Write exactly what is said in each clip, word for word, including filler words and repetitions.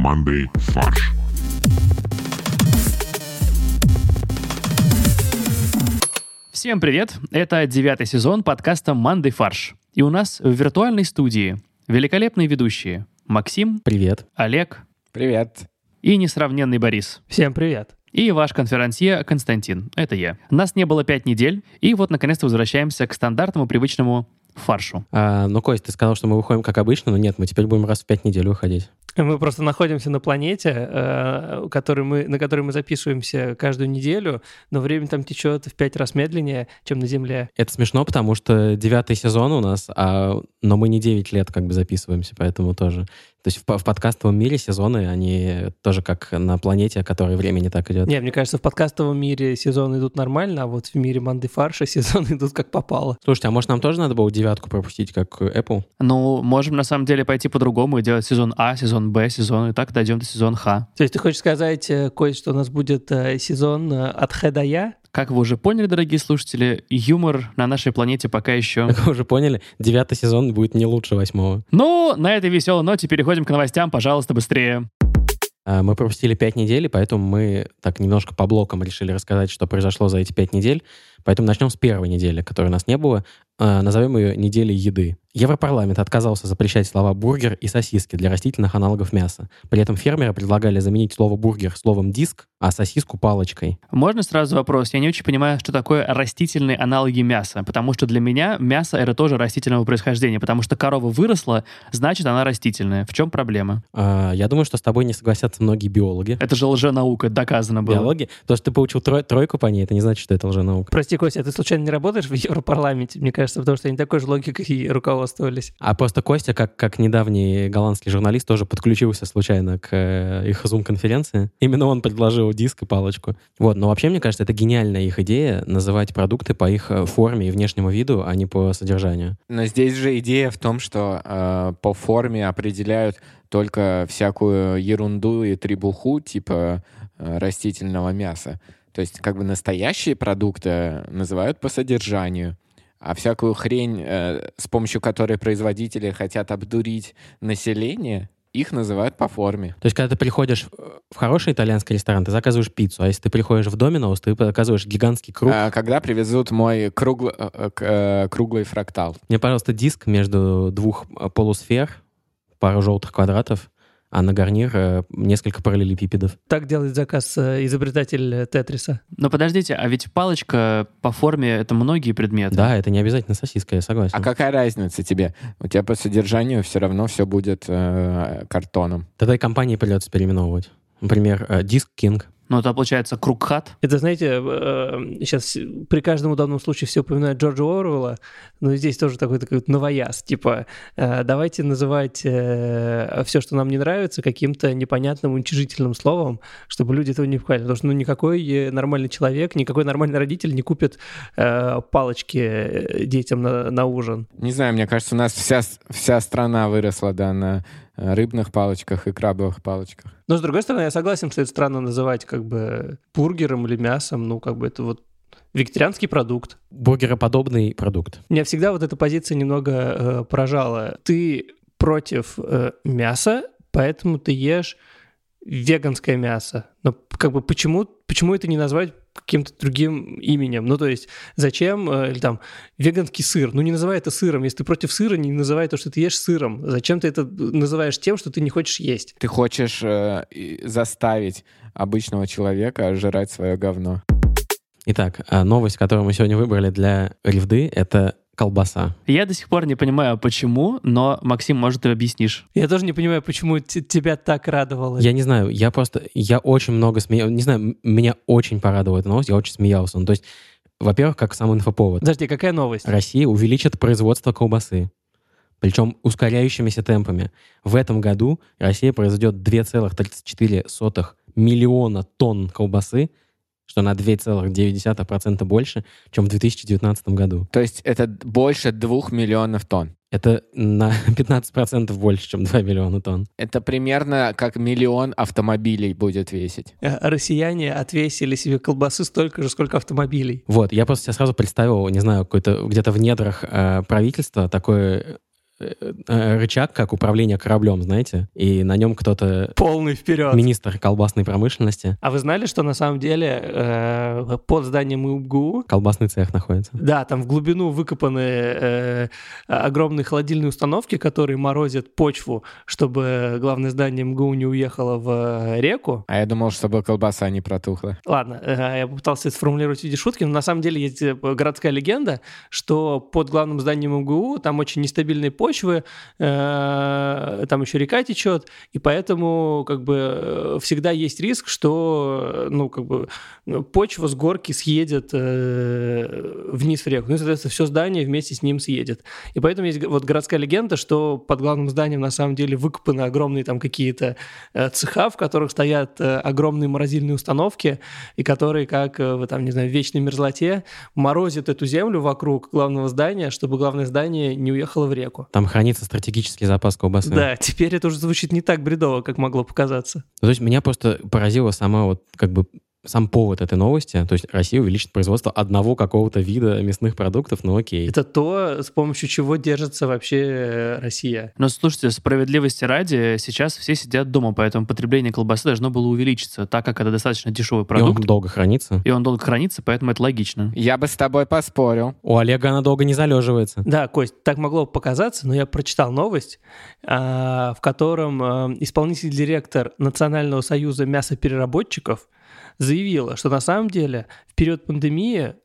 командой «Фарш». Всем привет! Это девятый сезон подкаста «Мандай фарш». И у нас в виртуальной студии великолепные ведущие Максим. Привет. Олег. Привет. И несравненный Борис. Всем привет. И ваш конферансье Константин. Это я. Нас не было пять недель, и вот наконец-то возвращаемся к стандартному привычному фаршу. А, ну, Кость, ты сказал, что мы выходим как обычно, но нет, мы теперь будем раз в пять недель выходить. Мы просто находимся на планете, э, который мы, на которой мы записываемся каждую неделю, но время там течет в пять раз медленнее, чем на Земле. Это смешно, потому что девятый сезон у нас, а, но мы не девять лет как бы записываемся, поэтому тоже. То есть в, в подкастовом мире сезоны, они тоже как на планете, о которой время не так идет. Не, мне кажется, в подкастовом мире сезоны идут нормально, а вот в мире манды фарша сезоны идут как попало. Слушайте, а может нам тоже надо было девятку пропустить, как Apple? Ну, можем на самом деле пойти по-другому и делать сезон А, сезон Б, сезон, и так дойдем до сезона Х. То есть ты хочешь сказать, Кость, что у нас будет сезон от Х до Я? Как вы уже поняли, дорогие слушатели, юмор на нашей планете пока еще... Как вы уже поняли, девятый сезон будет не лучше восьмого. Ну, на этой веселой ноте переходим к новостям, пожалуйста, быстрее. Мы пропустили пять недель, и поэтому мы так немножко по блокам решили рассказать, что произошло за эти пять недель. Поэтому начнем с первой недели, которой у нас не было. Назовем ее неделей еды. Европарламент отказался запрещать слова «бургер» и «сосиски» для растительных аналогов мяса. При этом фермеры предлагали заменить слово «бургер» словом «диск», а сосиску — палочкой. Можно сразу вопрос? Я не очень понимаю, что такое растительные аналоги мяса, потому что для меня мясо — это тоже растительного происхождения, потому что корова выросла, значит, она растительная. В чем проблема? А, я думаю, что с тобой не согласятся многие биологи. Это же лженаука, доказано было. Биологи? То, что ты получил трой- тройку по ней, это не значит, что это лженаука. Прости, Костя, а ты случайно не работаешь в Европарламенте? Мне кажется, потому что они такой же логикой и руководствовались. А просто Костя, как, как недавний голландский журналист, тоже подключился случайно к э, их Zoom-конференции. Именно он предложил диск и палочку. Вот, но вообще, мне кажется, это гениальная их идея называть продукты по их форме и внешнему виду, а не по содержанию. Но здесь же идея в том, что э, по форме определяют только всякую ерунду и требуху типа э, растительного мяса. То есть как бы настоящие продукты называют по содержанию, а всякую хрень, э, с помощью которой производители хотят обдурить население, их называют по форме. То есть, когда ты приходишь в хороший итальянский ресторан, ты заказываешь пиццу, а если ты приходишь в Доминоус, ты заказываешь гигантский круг. А когда привезут мой кругл... э, круглый фрактал? Мне, пожалуйста, диск между двух полусфер, пару желтых квадратов, а на гарнир э, несколько параллелепипедов. Так делает заказ э, изобретатель Тетриса. Но подождите, а ведь палочка по форме — это многие предметы. Да, это не обязательно сосиска, я согласен. А какая разница тебе? У тебя по содержанию все равно все будет э, картоном. Тогда и компании придется переименовывать. Например, э, Диск Кинг. Ну, это получается кругхат. Это, знаете, э, сейчас при каждом удобном случае все упоминают Джорджа Оруэлла, но здесь тоже такой, такой новояз. Типа, э, давайте называть э, все, что нам не нравится, каким-то непонятным, уничижительным словом, чтобы люди этого не поняли. Потому что ну, никакой нормальный человек, никакой нормальный родитель не купит э, палочки детям на, на ужин. Не знаю, мне кажется, у нас вся, вся страна выросла, да, на рыбных палочках и крабовых палочках. Но, с другой стороны, я согласен, что это странно называть как бы бургером или мясом. Ну, как бы это вот вегетарианский продукт. Бургероподобный продукт. Меня всегда вот эта позиция немного э, поражала. Ты против э, мяса, поэтому ты ешь веганское мясо. Но как бы почему, почему это не назвать каким-то другим именем? Ну, то есть, зачем, э, или там, веганский сыр? Ну, не называй это сыром. Если ты против сыра, не называй то, что ты ешь сыром. Зачем ты это называешь тем, что ты не хочешь есть? Ты хочешь э, заставить обычного человека жрать свое говно. Итак, новость, которую мы сегодня выбрали для ревды, это колбаса. Я до сих пор не понимаю, почему, но, Максим, может, ты объяснишь. Я тоже не понимаю, почему т- тебя так радовало. Я не знаю, я просто, я очень много смеялся, не знаю, меня очень порадовала эта новость, я очень смеялся. Ну, то есть, во-первых, как сам инфоповод. Подожди, какая новость? Россия увеличит производство колбасы, причем ускоряющимися темпами. В этом году Россия произведет два целых тридцать четыре сотых миллиона тонн колбасы, что на два целых девять десятых процента больше, чем в две тысячи девятнадцатом году. То есть это больше двух миллионов тонн. Это на пятнадцать процентов больше, чем два миллиона тонн. Это примерно как миллион автомобилей будет весить. Россияне отвесили себе колбасы столько же, сколько автомобилей. Вот, я просто себе сразу представил, не знаю, какой-то где-то в недрах э, правительства такой э, рычаг, как управление кораблем, знаете, и на нем кто-то... Полный вперед. Министр колбасной промышленности. А вы знали, что на самом деле э, под зданием ИУБГУ... Колбасный цех находится. Да, там в глубину выкопаны э, огромные холодильные установки, которые морозят почву, чтобы главное здание МГУ не уехало в реку. А я думал, чтобы колбаса не протухла. Ладно, э, я попытался это сформулировать в виде шутки, но на самом деле есть городская легенда, что под главным зданием МГУ там очень нестабильные почвы, э, там еще река течет, и поэтому как бы всегда есть риск, что ну, как бы, почва с горки съедет э, вниз в реку. Ну, соответственно, все здание вместе с ним съедет. И поэтому есть вот городская легенда, что под главным зданием на самом деле выкопаны огромные там какие-то э, цеха, в которых стоят э, огромные морозильные установки, и которые, как э, там, не знаю, в вечной мерзлоте, морозят эту землю вокруг главного здания, чтобы главное здание не уехало в реку. Там хранится стратегический запас колбасы. Да, теперь это уже звучит не так бредово, как могло показаться. То есть меня просто поразила сама вот как бы сам повод этой новости, то есть Россия увеличит производство одного какого-то вида мясных продуктов, ну окей. Это то, с помощью чего держится вообще Россия. Но слушайте, справедливости ради, сейчас все сидят дома, поэтому потребление колбасы должно было увеличиться, так как это достаточно дешевый продукт. И он долго хранится. И он долго хранится, поэтому это логично. Я бы с тобой поспорил. У Олега она долго не залеживается. Да, Кость, так могло показаться, но я прочитал новость, в котором исполнительный директор Национального союза мясопереработчиков заявила, что на самом деле в период пандемии,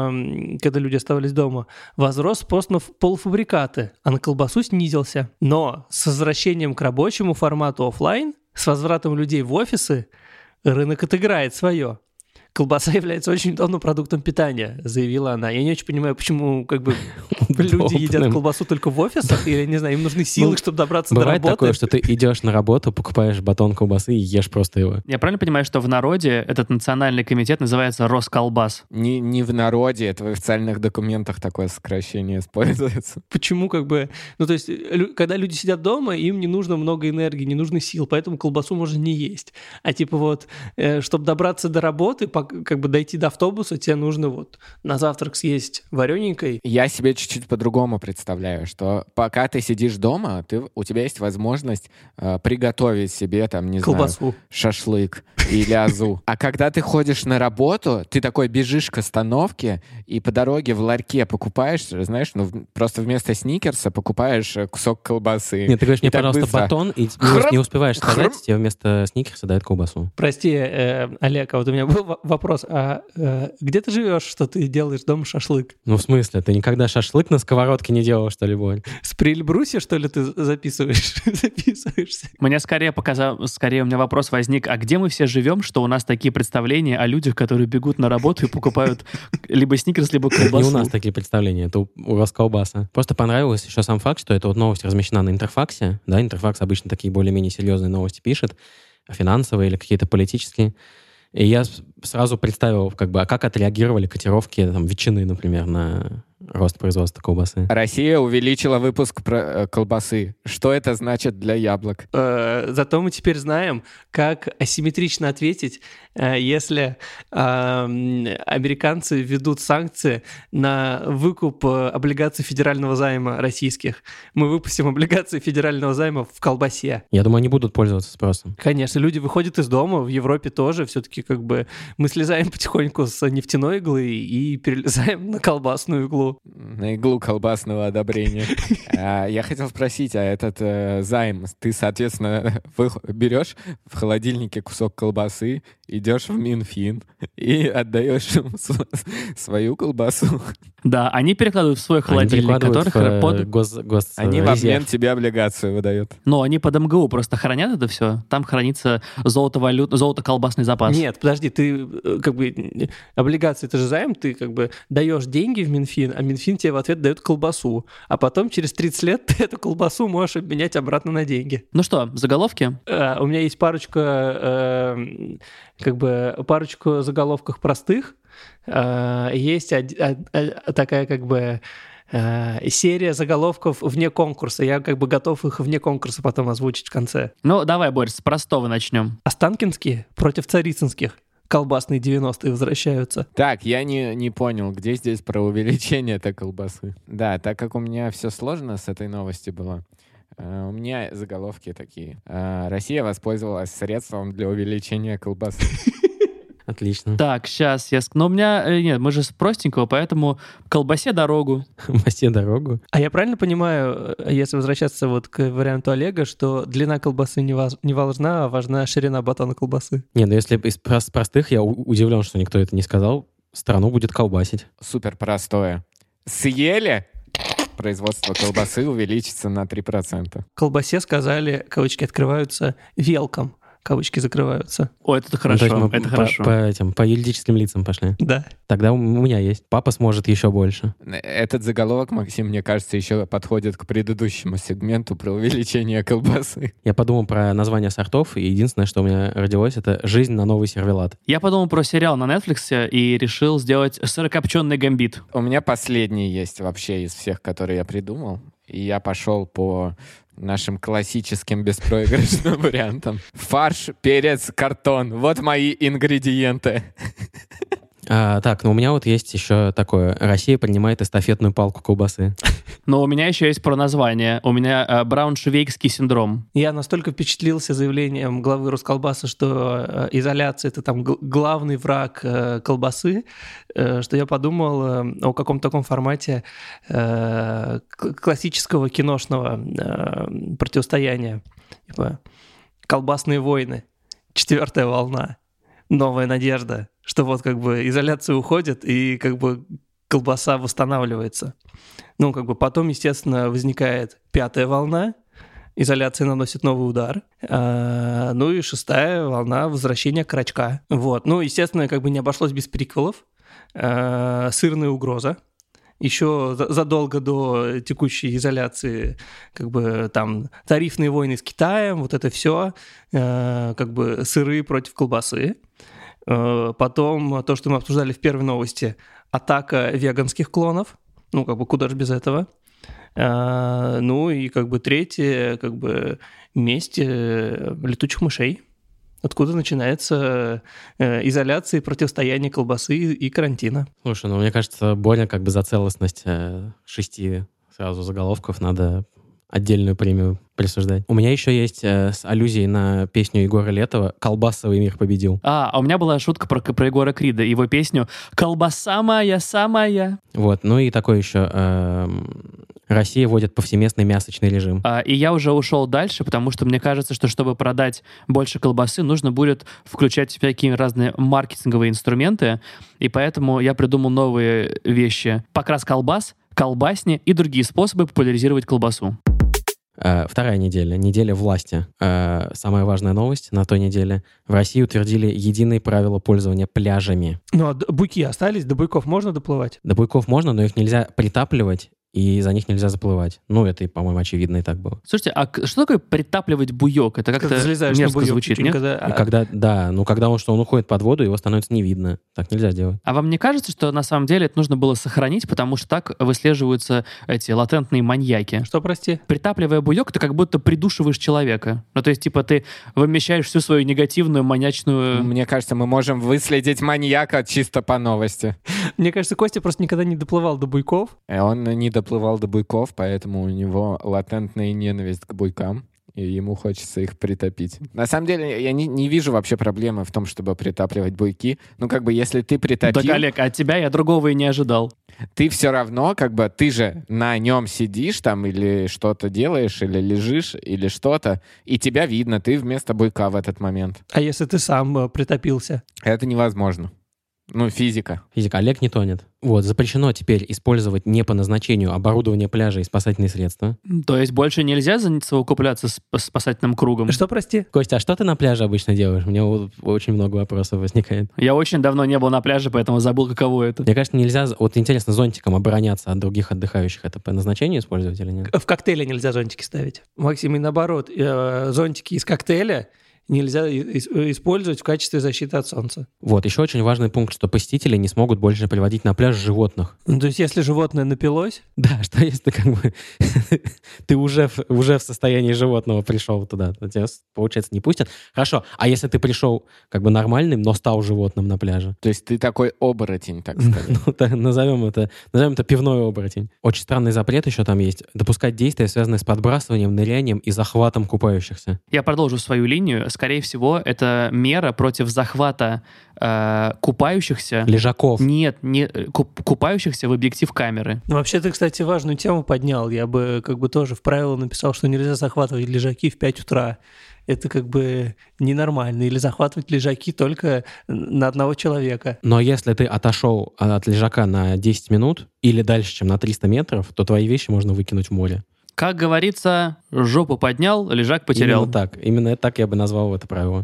э, когда люди оставались дома, возрос спрос на полуфабрикаты, а на колбасу снизился. Но с возвращением к рабочему формату офлайн, с возвратом людей в офисы, рынок отыграет свое. Колбаса является очень удобным продуктом питания, заявила она. Я не очень понимаю, почему как бы люди едят колбасу только в офисах, или, не знаю, им нужны силы, Ну, чтобы добраться до Бывает работы. такое, что ты идешь на работу, покупаешь батон колбасы и ешь просто его. Я правильно понимаю, что в народе этот национальный комитет называется Росколбас? Не, не в народе, это в официальных документах такое сокращение используется. Почему как бы... Ну, то есть, лю- когда люди сидят дома, им не нужно много энергии, не нужно сил, поэтому колбасу можно не есть. А типа вот, э, чтобы добраться до работы, пок- как бы дойти до автобуса, тебе нужно вот на завтрак съесть варененькой. Я себе чуть-чуть по-другому представляю, что пока ты сидишь дома, ты, у тебя есть возможность э, приготовить себе, там, не Колбасу. знаю, шашлык или азу. А когда ты ходишь на работу, ты такой бежишь к остановке и по дороге в ларьке покупаешь, знаешь, ну, в- просто вместо сникерса покупаешь э, кусок колбасы. Нет, ты говоришь мне, И так пожалуйста, быстро. батон, и не, Храм, не успеваешь сказать, храм. тебе вместо сникерса дают колбасу. Прости, э, Олег, а вот у меня был во- вопрос. А э, где ты живешь, что ты делаешь дома шашлык? Ну, в смысле, ты никогда шашлык на сковородке не делал, что ли, Боль? С Прильбрусе, что ли, ты записываешь? записываешься? Мне скорее показал, скорее у меня вопрос возник, а где мы все живем, что у нас такие представления о людях, которые бегут на работу и покупают либо сникерс, либо Не колбасу? у нас такие представления, это у, у Росколбаса. Просто понравилось еще сам факт, что эта вот новость размещена на Интерфаксе. Да, Интерфакс обычно такие более-менее серьезные новости пишет, финансовые или какие-то политические. И я с- сразу представил, как бы, а как отреагировали котировки там, ветчины, например, на рост производства колбасы. Россия увеличила выпуск про- э, колбасы. Что это значит для яблок? Э, Зато мы теперь знаем, как асимметрично ответить, э, если э, м, американцы введут санкции на выкуп э, облигаций федерального займа российских. Мы выпустим облигации федерального займа в колбасе. Я думаю, они будут пользоваться спросом. Конечно, люди выходят из дома, в Европе тоже, все-таки как бы мы слезаем потихоньку с нефтяной иглы и перелезаем на колбасную иглу. На иглу колбасного одобрения. А, Я хотел спросить, а этот э, займ, ты, соответственно, вы- берешь в холодильнике кусок колбасы, идешь в Минфин и отдаешь им св- свою колбасу. Да, они перекладывают в свой Они холодильник, перекладывают который в, под... э, гос, гос- Они в резерв. обмен тебе облигацию выдают. Но они под МГУ просто хранят это все. Там хранится золото-валют, золото-колбасный запас. Нет, подожди, ты э, как бы э, облигации, это же займ, ты как бы даешь деньги в Минфин, а Минфин тебе в ответ дает колбасу, а потом через тридцать лет ты эту колбасу можешь обменять обратно на деньги. Ну что, заголовки? Э, У меня есть парочка, э, как бы парочку заголовков простых. Э, Есть од- од- од- такая как бы э, серия заголовков вне конкурса. Я как бы готов их вне конкурса потом озвучить в конце. Ну, давай, Борис, с простого начнем. Останкинские против царицынских. колбасные девяностые возвращаются. Так, я не, не понял, где здесь про увеличение этой колбасы. Да, так как у меня все сложно с этой новостью было, э, у меня заголовки такие. Э, Россия воспользовалась средством для увеличения колбасы. Отлично. Так, сейчас я... ск- Но у меня... э, Нет, мы же с простенького, поэтому колбасе дорогу. Масте дорогу. А я правильно понимаю, э, если возвращаться вот к варианту Олега, что длина колбасы не, важ- не важна, а важна ширина батона колбасы? Не, ну если из прос- простых, я у- удивлен, что никто это не сказал, страну будет колбасить. Супер простое. Съели, производство колбасы увеличится на три процента. Колбасе сказали, кавычки открываются, велком, кавычки закрываются. О, это Ну, хорошо, то есть мы это по, хорошо. По, этим, по юридическим лицам пошли. Да. Тогда у меня есть. Папа сможет еще больше. Этот заголовок, Максим, мне кажется, еще подходит к предыдущему сегменту про увеличение колбасы. Я подумал про название сортов, и единственное, что у меня родилось, это «Жизнь на новый сервелат». Я подумал про сериал на Netflix и решил сделать сырокопченый гамбит. У меня последний есть вообще из всех, которые я придумал. И я пошел по нашим классическим беспроигрышным вариантам. Фарш, перец, картон. Вот мои ингредиенты. А, так, ну у меня вот есть еще такое. Россия принимает эстафетную палку колбасы. Но у меня еще есть про название. У меня э, брауншвейгский синдром. Я настолько впечатлился заявлением главы Росколбаса, что э, изоляция — это там г- главный враг э, колбасы, э, что я подумал э, о каком-то таком формате э, к- классического киношного э, противостояния. Типа «Колбасные войны», «Четвертая волна», «Новая надежда», что вот как бы изоляция уходит и как бы колбаса восстанавливается. Ну, как бы потом, естественно, возникает пятая волна, изоляция наносит новый удар. А, ну и шестая волна возвращения крачка. Вот. Ну, естественно, как бы не обошлось без приквелов. А, сырная угроза. Еще за- задолго до текущей изоляции, как бы там тарифные войны с Китаем, вот это все, как бы сыры против колбасы. А, потом то, что мы обсуждали в первой новости, атака веганских клонов. Ну, как бы куда же без этого. А, ну и как бы третье, как бы месть э, летучих мышей. Откуда начинается э, изоляция и противостояние колбасы и, и карантина. Слушай, ну мне кажется, Боря как бы за целостность э, шести сразу заголовков надо отдельную премию присуждать. У меня еще есть э, с аллюзией на песню Егора Летова «Колбасовый мир победил». А, а у меня была шутка про, про Егора Крида, его песню «Колбаса моя самая». Вот, ну и такой еще э, Россия вводит повсеместный мясочный режим. А, и я уже ушел дальше, потому что мне кажется, что чтобы продать больше колбасы, нужно будет включать всякие разные маркетинговые инструменты, и поэтому я придумал новые вещи. Покрас колбас, колбасни и другие способы популяризировать колбасу. Э, Вторая неделя. Неделя власти. Э, Самая важная новость на той неделе. В России утвердили единые правила пользования пляжами. Ну а д- буйки остались? До буйков можно доплывать? До буйков можно, но их нельзя притапливать, и за них нельзя заплывать. Ну, это, по-моему, очевидно и так было. Слушайте, а к- что такое притапливать буек? Это как-то залезаешь мерзко на буёк звучит, чуть-чуть, нет? когда- И когда, да, ну, когда он, что он уходит под воду, его становится не видно. Так нельзя делать. А вам не кажется, что на самом деле это нужно было сохранить, потому что так выслеживаются эти латентные маньяки? Что, прости? Притапливая буек, ты как будто придушиваешь человека. Ну, то есть, типа, ты вымещаешь всю свою негативную, маньячную... Мне кажется, мы можем выследить маньяка чисто по новости. Мне кажется, Костя просто никогда не доплывал до буйков. И он не доплывал до буйков, поэтому у него латентная ненависть к буйкам, и ему хочется их притопить. На самом деле, я не, не вижу вообще проблемы в том, чтобы притапливать буйки. Ну, как бы, если ты притопил, Так, Олег, от тебя я другого и не ожидал. ты все равно, как бы, ты же на нем сидишь там или что-то делаешь, или лежишь, или что-то, и тебя видно, ты вместо буйка в этот момент. А если ты сам э, притопился? Это невозможно. Ну, физика. Физика. Олег не тонет. Вот, запрещено теперь использовать не по назначению оборудование пляжа и спасательные средства. То есть больше нельзя совокупляться с с спасательным кругом? Что, прости? Костя, а что ты на пляже обычно делаешь? У меня вот очень много вопросов возникает. Я очень давно не был на пляже, поэтому забыл, каково это. Мне кажется, нельзя, вот интересно, зонтиком обороняться от других отдыхающих. Это по назначению использовать или нет? В коктейле нельзя зонтики ставить. Максим, и наоборот, э, зонтики из коктейля нельзя использовать в качестве защиты от солнца. Вот, еще очень важный пункт, что посетители не смогут больше приводить на пляж животных. Ну, то есть, если животное напилось... Да, что если ты как бы... ты уже в, уже в состоянии животного пришел туда, то тебя, получается, не пустят. Хорошо, а если ты пришел как бы нормальным, но стал животным на пляже? То есть ты такой оборотень, так сказать. Ну, так, назовем это, назовем это пивной оборотень. Очень странный запрет еще там есть. Допускать действия, связанные с подбрасыванием, нырянием и захватом купающихся. Я продолжу свою линию. Скорее всего, это мера против захвата э, купающихся... Лежаков. Нет, не, куп, купающихся в объектив камеры. Ну, вообще, ты, кстати, важную тему поднял. Я бы как бы тоже в правило написал, что нельзя захватывать лежаки в пять утра. Это как бы ненормально. Или захватывать лежаки только на одного человека. Но если ты отошел от лежака на десять минут или дальше, чем на триста метров, то твои вещи можно выкинуть в море. Как говорится, жопу поднял, лежак потерял. Именно так. Именно так я бы назвал это правило.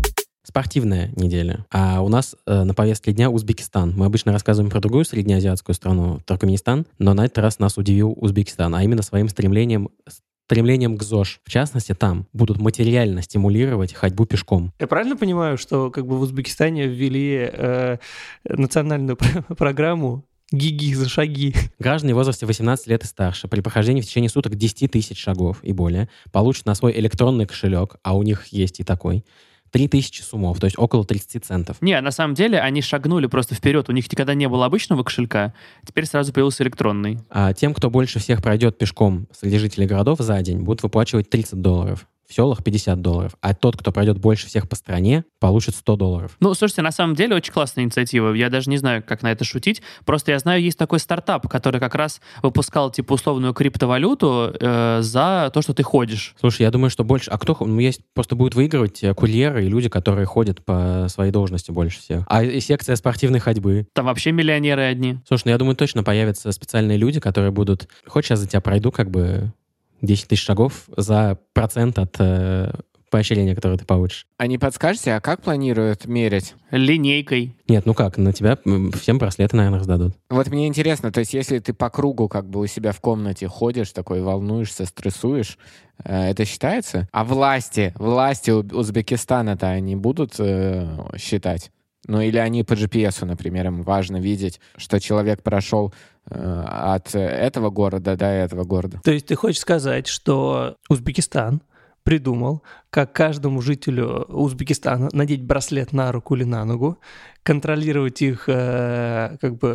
Спортивная неделя. А у нас э, на повестке дня Узбекистан. Мы обычно рассказываем про другую среднеазиатскую страну, Туркменистан, но на этот раз нас удивил Узбекистан, а именно своим стремлением стремлением к ЗОЖ. В частности, там будут материально стимулировать ходьбу пешком. Я правильно понимаю, что как бы в Узбекистане ввели э, национальную программу «Гиги за шаги»? Граждане в возрасте восемнадцати лет и старше при прохождении в течение суток десять тысяч шагов и более получат на свой электронный кошелек, а у них есть и такой, три тысячи сумов, то есть около тридцать центов. Не, на самом деле они шагнули просто вперед. У них никогда не было обычного кошелька, теперь сразу появился электронный. А тем, кто больше всех пройдет пешком среди жителей городов за день, будут выплачивать тридцать долларов. В селах пятьдесят долларов. А тот, кто пройдет больше всех по стране, получит сто долларов. Ну, слушайте, на самом деле очень классная инициатива. Я даже не знаю, как на это шутить. Просто я знаю, есть такой стартап, который как раз выпускал, типа, условную криптовалюту э, за то, что ты ходишь. Слушай, я думаю, что больше... А кто... Ну, есть... Просто будут выигрывать курьеры и люди, которые ходят по своей должности больше всех. А и секция спортивной ходьбы. Там вообще миллионеры одни. Слушай, ну я думаю, точно появятся специальные люди, которые будут... Хочешь, я за тебя пройду, как бы... десять тысяч шагов за процент от э, поощрения, которое ты получишь. А не подскажете, а как планируют мерить? Линейкой. Нет, ну как, на тебя всем браслеты, наверное, раздадут. Вот мне интересно, то есть если ты по кругу как бы у себя в комнате ходишь, такой волнуешься, стрессуешь, э, это считается? А власти, власти Узбекистана-то они будут э, считать? Ну или они по джи пи эс, например, им важно видеть, что человек прошел э, от этого города до этого города. То есть ты хочешь сказать, что Узбекистан придумал, как каждому жителю Узбекистана надеть браслет на руку или на ногу, контролировать их э, как бы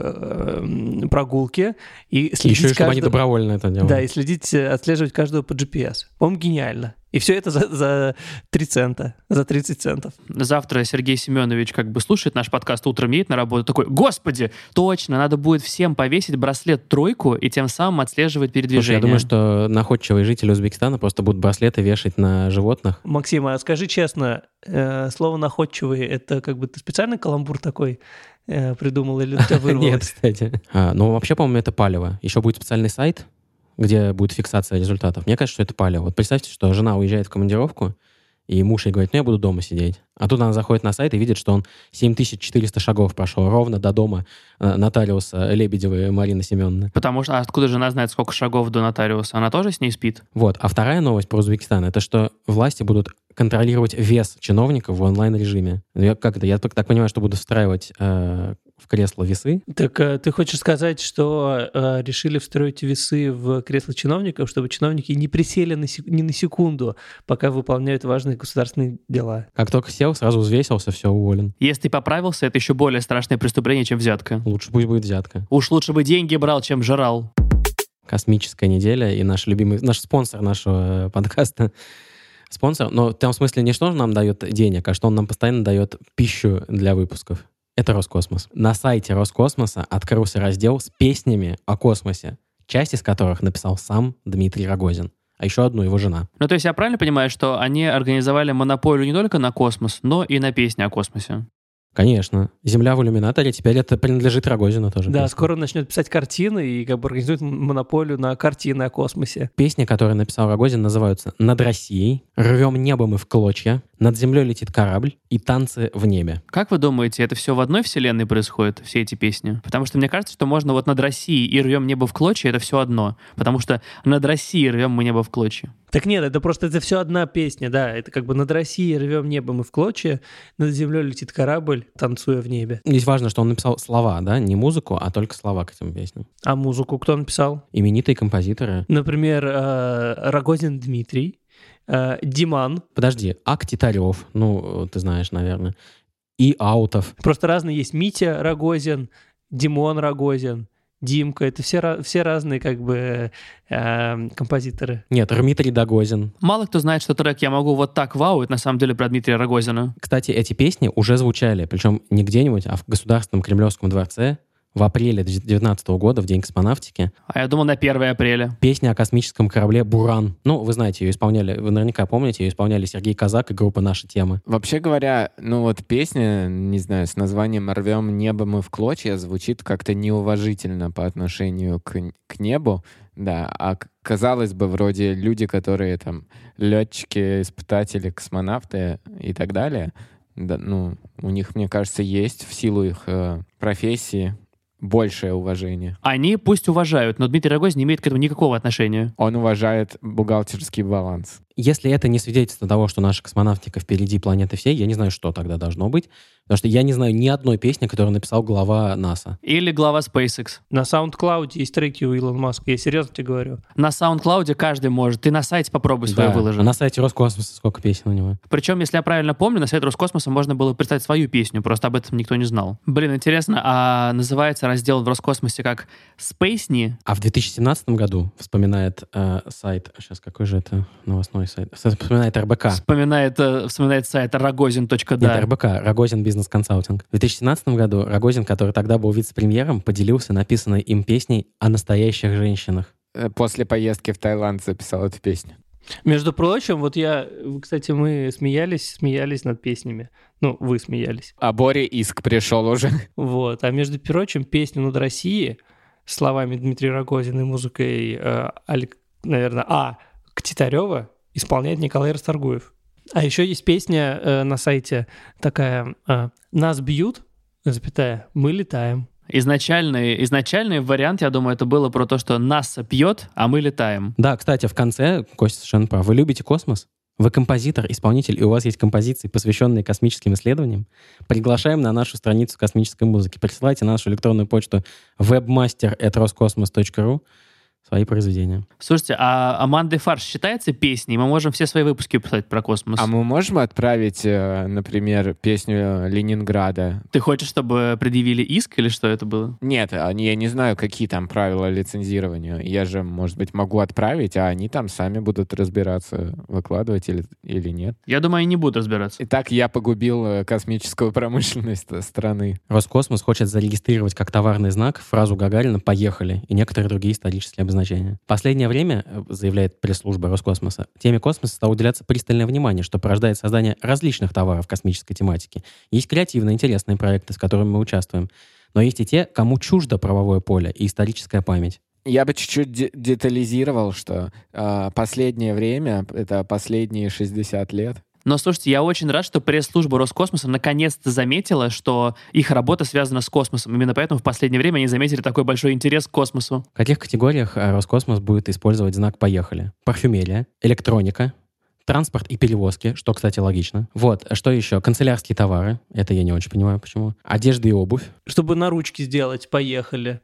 э, прогулки и следить... Еще и чтобы каждого... они добровольно это делали. Да, и следить, отслеживать каждого по джи пи эс. По-моему, гениально. И все это за, за три цента, за тридцать центов. Завтра Сергей Семенович как бы слушает наш подкаст, утром едет на работу, такой: господи, точно, надо будет всем повесить браслет тройку и тем самым отслеживать передвижение. Слушай, я думаю, что находчивые жители Узбекистана просто будут браслеты вешать на животных. Максим, а скажи честно, э, слово «находчивые» — это как бы ты специально каламбур такой э, придумал или у тебя вырвалось? Нет, кстати. А, ну, вообще, по-моему, это палево. Еще будет специальный сайт, где будет фиксация результатов. Мне кажется, что это палево. Вот представьте, что жена уезжает в командировку, и муж ей говорит: ну, я буду дома сидеть. А тут она заходит на сайт и видит, что он семь тысяч четыреста шагов прошел ровно до дома нотариуса Лебедевой Марины Семеновны. Потому что а откуда жена знает, сколько шагов до нотариуса? Она тоже с ней спит? Вот. А вторая новость про Узбекистан — это что власти будут контролировать вес чиновников в онлайн-режиме. Я, как это? Я так понимаю, что будут встраивать э, в кресло весы. Так э, ты хочешь сказать, что э, решили встроить весы в кресло чиновников, чтобы чиновники не присели на сек- ни на секунду, пока выполняют важные государственные дела? Как только сел, сразу взвесился, все, уволен. Если ты поправился, это еще более страшное преступление, чем взятка. Лучше пусть будет взятка. Уж лучше бы деньги брал, чем жрал. Космическая неделя и наш любимый, наш спонсор нашего подкаста. Спонсор, но в том смысле не что он нам дает денег, а что он нам постоянно дает пищу для выпусков. Это Роскосмос. На сайте Роскосмоса открылся раздел с песнями о космосе, часть из которых написал сам Дмитрий Рогозин, а еще одну его жена. Ну, то есть я правильно понимаю, что они организовали монополию не только на космос, но и на песни о космосе? Конечно. «Земля в иллюминаторе» теперь это принадлежит Рогозину тоже. Да, песня. скоро он начнет писать картины и как бы организует монополию на картины о космосе. Песни, которые написал Рогозин, называются «Над Россией», «Рвем небо мы в клочья», «Над землей летит корабль» и «Танцы в небе». Как вы думаете, это все в одной вселенной происходит, все эти песни? Потому что мне кажется, что можно вот «Над Россией» и «Рвем небо в клочья» — это все одно. Потому что «Над Россией рвем мы небо в клочья». Так нет, это просто это все одна песня, да. Это как бы «Над Россией рвем небо мы в клочья, над землей летит корабль, танцуя в небе». Здесь важно, что он написал слова, да, не музыку, а только слова к этим песням. А музыку кто написал? Именитые композиторы. Например, э, Рогозин Дмитрий, э, Диман. Подожди, Ак Титарев, ну, ты знаешь, наверное, и Аутов. Просто разные есть. Митя Рогозин, Димон Рогозин, Димка. Это все, ра- все разные как бы э, композиторы. Нет, Дмитрий Дагозин. Мало кто знает, что трек «Я могу вот так вау» — это на самом деле про Дмитрия Рогозина. Кстати, эти песни уже звучали, причем не где-нибудь, а в Государственном Кремлевском дворце в апреле две тысячи девятнадцатого года, в День космонавтики. А я думал, на первое апреля. Песня о космическом корабле «Буран». Ну, вы знаете, ее исполняли, вы наверняка помните, ее исполняли Сергей Казак и группа «Наши темы». Вообще говоря, ну вот песня, не знаю, с названием «Рвем небо мы в клочья» звучит как-то неуважительно по отношению к, к небу, да, а казалось бы, вроде люди, которые там летчики, испытатели, космонавты и так далее, да, ну, у них, мне кажется, есть в силу их э, профессии большее уважение. Они пусть уважают, но Дмитрий Рогозин не имеет к этому никакого отношения. Он уважает бухгалтерский баланс. Если это не свидетельство того, что наша космонавтика впереди планеты всей, я не знаю, что тогда должно быть. Потому что я не знаю ни одной песни, которую написал глава НАСА. Или глава SpaceX. На SoundCloud есть треки у Илона Маска, я серьезно тебе говорю. На SoundCloud каждый может. Ты на сайте попробуй свое Да. выложить. А на сайте Роскосмоса сколько песен у него? Причем, если я правильно помню, на сайт Роскосмоса можно было представить свою песню, просто об этом никто не знал. Блин, интересно, а называется раздел в Роскосмосе как «Спейсни»? А в две тысячи семнадцатом году вспоминает э, сайт... Сейчас, какой же это новостной сайт? Вспоминает эр бэ ка. Вспоминает, э, вспоминает сайт рогозин точка да. Нет, эр бэ ка, Рогозин Бизнес Консалтинг. В две тысячи семнадцатом году Рогозин, который тогда был вице-премьером, поделился написанной им песней о настоящих женщинах. Э, После поездки в Таиланд записал эту песню. Между прочим, вот я, кстати, мы смеялись, смеялись над песнями. Ну, вы смеялись. А Боре иск пришел уже. Вот. А между прочим, песню «Над Россией» словами Дмитрия Рогозина и музыкой, э, Алек- наверное, А. Ктитарева исполняет Николай Расторгуев. А еще есть песня э, на сайте такая э, «Нас бьют, запятая, мы летаем». Изначальный, изначальный вариант, я думаю, это было про то, что НАСА пьет, а мы летаем. Да, кстати, в конце, Костя совершенно прав, вы любите космос? Вы композитор, исполнитель, и у вас есть композиции, посвященные космическим исследованиям? Приглашаем на нашу страницу космической музыки. Присылайте на нашу электронную почту webmaster at роскосмос точка ру свои произведения. Слушайте, а «Аманда и фарш» считается песней? Мы можем все свои выпуски писать про космос. А мы можем отправить, э, например, песню Ленинграда? Ты хочешь, чтобы предъявили иск или что это было? Нет, они- я не знаю, какие там правила лицензирования. Я же, может быть, могу отправить, а они там сами будут разбираться, выкладывать или, или нет. Я думаю, они не будут разбираться. Итак, я погубил э, космическую промышленность э, страны. Роскосмос хочет зарегистрировать как товарный знак фразу Гагарина «Поехали» и некоторые другие исторические обозначения. В последнее время, заявляет пресс-служба Роскосмоса, теме космоса стало уделяться пристальное внимание, что порождает создание различных товаров космической тематики. Есть креативные, интересные проекты, с которыми мы участвуем. Но есть и те, кому чуждо правовое поле и историческая память. Я бы чуть-чуть де- детализировал, что э, последнее время, это последние шестьдесят лет, Но, слушайте, я очень рад, что пресс-служба Роскосмоса наконец-то заметила, что их работа связана с космосом. Именно поэтому в последнее время они заметили такой большой интерес к космосу. В каких категориях э, Роскосмос будет использовать знак «Поехали»? Парфюмерия, электроника, транспорт и перевозки, что, кстати, логично. Вот, что еще? Канцелярские товары. Это я не очень понимаю, почему. Одежда и обувь. Чтобы на ручки сделать, поехали.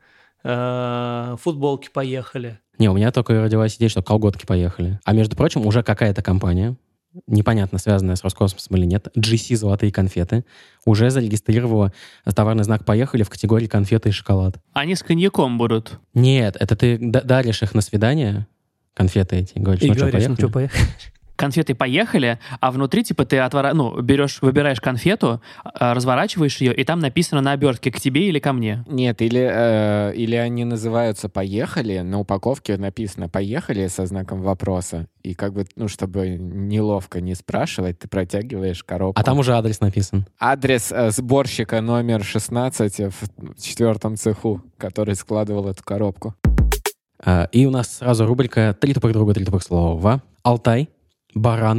Э, Футболки поехали. Не, у меня только родилась идея, что колготки поехали. А между прочим, уже какая-то компания, непонятно, связанная с Роскосмосом или нет, джи си «Золотые конфеты», уже зарегистрировала товарный знак «Поехали» в категории конфеты и шоколад. Они с коньяком будут. Нет, это ты д- даришь их на свидание, конфеты эти, говоришь, И ну что, говоришь, ну поехали? что, поехали. Конфеты «Поехали», а внутри, типа, ты отвора... ну, берешь, выбираешь конфету, а, разворачиваешь ее, и там написано на обертке «К тебе или ко мне». Нет, или, э, или они называются «Поехали», на упаковке написано «Поехали» со знаком вопроса. И как бы, ну, чтобы неловко не спрашивать, ты протягиваешь коробку. А там уже адрес написан. Адрес э, сборщика номер шестнадцать в четвертом цеху, который складывал эту коробку. А, и у нас сразу рубрика «Три тупых друга, три тупых слова». Алтай, бараны,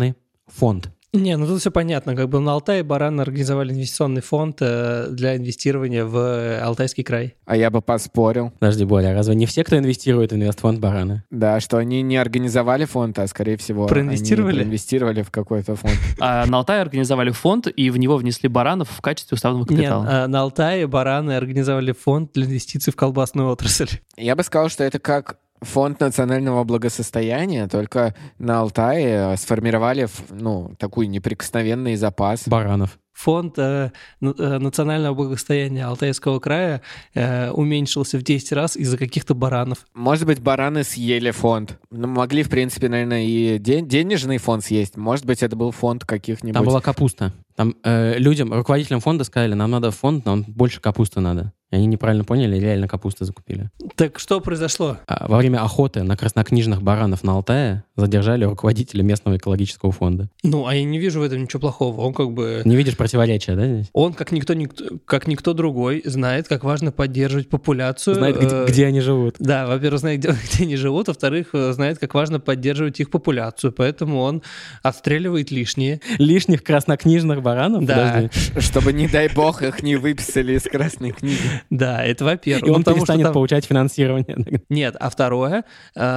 фонд. Не, ну тут все понятно. Как бы на Алтае бараны организовали инвестиционный фонд э, для инвестирования в Алтайский край. А я бы поспорил. Подожди, Боля, а разве не все, кто инвестирует в инвестфонд, бараны? Да, что они не организовали фонд, а, скорее всего, Проинвестировали? они проинвестировали в какой-то фонд. А на Алтае организовали фонд, и в него внесли баранов в качестве уставного Нет, капитала. а на Алтае бараны организовали фонд для инвестиций в колбасную отрасль. Я бы сказал, что это как фонд национального благосостояния, только на Алтае сформировали, ну, такой неприкосновенный запас. Баранов. Фонд э, э, национального благосостояния Алтайского края э, уменьшился в десять раз из-за каких-то баранов. Может быть, бараны съели фонд. Ну, могли, в принципе, наверное, и ден- денежный фонд съесть. Может быть, это был фонд каких-нибудь... Там была капуста. Там э, людям, руководителям фонда сказали, нам надо фонд, нам больше капусты надо. И они неправильно поняли, реально капусты закупили. Так что произошло? А во время охоты на краснокнижных баранов на Алтае задержали руководителя местного экологического фонда. Ну, а я не вижу в этом ничего плохого. Он как бы... Не видишь противоречия, да, здесь? Он, как никто, никто, как никто другой, знает, как важно поддерживать популяцию. Знает, где, э, где они живут. Да, во-первых, знает, где, где они живут, во-вторых, э, знает, как важно поддерживать их популяцию, поэтому он отстреливает лишние. Лишних краснокнижных баранов? Да. Подожди. Чтобы, не дай бог, их не выписали из Красной книги. Да, это во-первых. И он Ну, потому что перестанет там- получать финансирование. Нет, а второе,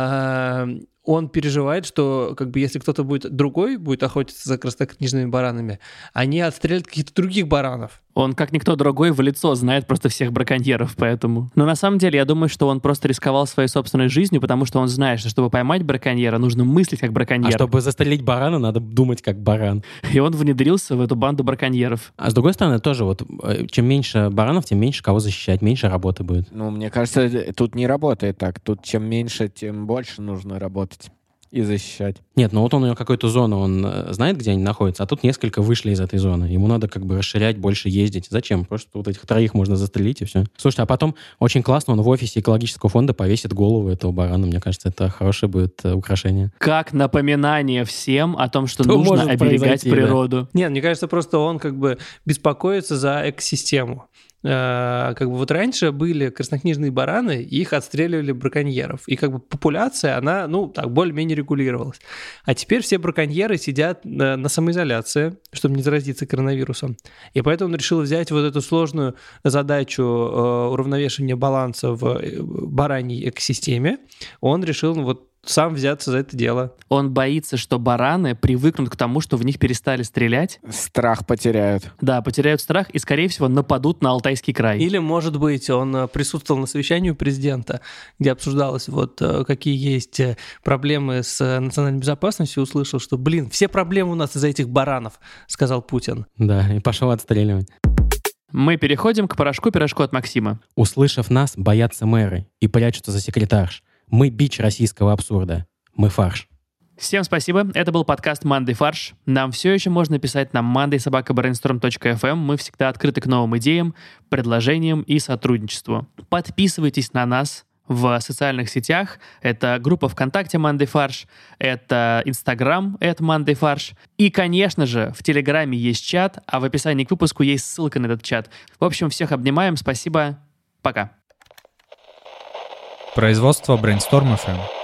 э, он переживает, что как бы если кто-то будет другой будет охотиться за краснокнижными баранами, они отстрелят каких-то других баранов. Он, как никто другой, в лицо знает просто всех браконьеров, поэтому... Но на самом деле, я думаю, что он просто рисковал своей собственной жизнью, потому что он знает, что чтобы поймать браконьера, нужно мыслить как браконьер. А чтобы застрелить барана, надо думать как баран. И он внедрился в эту банду браконьеров. А с другой стороны, тоже вот э, чем меньше баранов, тем меньше кого защищать, меньше работы будет. Ну, мне кажется, тут не работает так. Тут чем меньше, тем больше нужно работать и защищать. Нет, ну вот он у него какую-то зону, он э, знает, где они находятся, а тут несколько вышли из этой зоны. Ему надо как бы расширять, больше ездить. Зачем? Просто вот этих троих можно застрелить и все. Слушайте, а потом очень классно, он в офисе экологического фонда повесит голову этого барана. Мне кажется, это хорошее будет э, украшение. Как напоминание всем о том, что, Что нужно может оберегать произойти, да. природу. Нет, мне кажется, просто он как бы беспокоится за экосистему. Э, Как бы вот раньше были краснокнижные бараны, и их отстреливали браконьеров. И как бы популяция, она, ну, так, более-менее регулировалась. А теперь все браконьеры сидят э, на самоизоляции, чтобы не заразиться коронавирусом. И поэтому он решил взять вот эту сложную задачу э, уравновешивания баланса в э, бараньей экосистеме. Он решил ну, вот сам взяться за это дело. Он боится, что бараны привыкнут к тому, что в них перестали стрелять. Страх потеряют. Да, потеряют страх и, скорее всего, нападут на Алтайский край. Или, может быть, он э, присутствовал на совещании у президента, где обсуждалось, вот э, какие есть э, проблемы с э, национальной безопасностью, услышал, что, блин, все проблемы у нас из-за этих баранов, сказал Путин. Да, и пошел отстреливать. Мы переходим к порошку-пирожку от Максима. Услышав нас, боятся мэры и прячутся за секретарш. Мы бич российского абсурда. Мы фарш. Всем спасибо. Это был подкаст «Мандай фарш». Нам все еще можно писать на мандай собака брейнсторм точка эф эм. Мы всегда открыты к новым идеям, предложениям и сотрудничеству. Подписывайтесь на нас в социальных сетях. Это группа ВКонтакте «Мандай фарш», это Инстаграм «эт Мандай фарш». И, конечно же, в Телеграме есть чат, а в описании к выпуску есть ссылка на этот чат. В общем, всех обнимаем. Спасибо. Пока. Производство Brainstorm эф эм.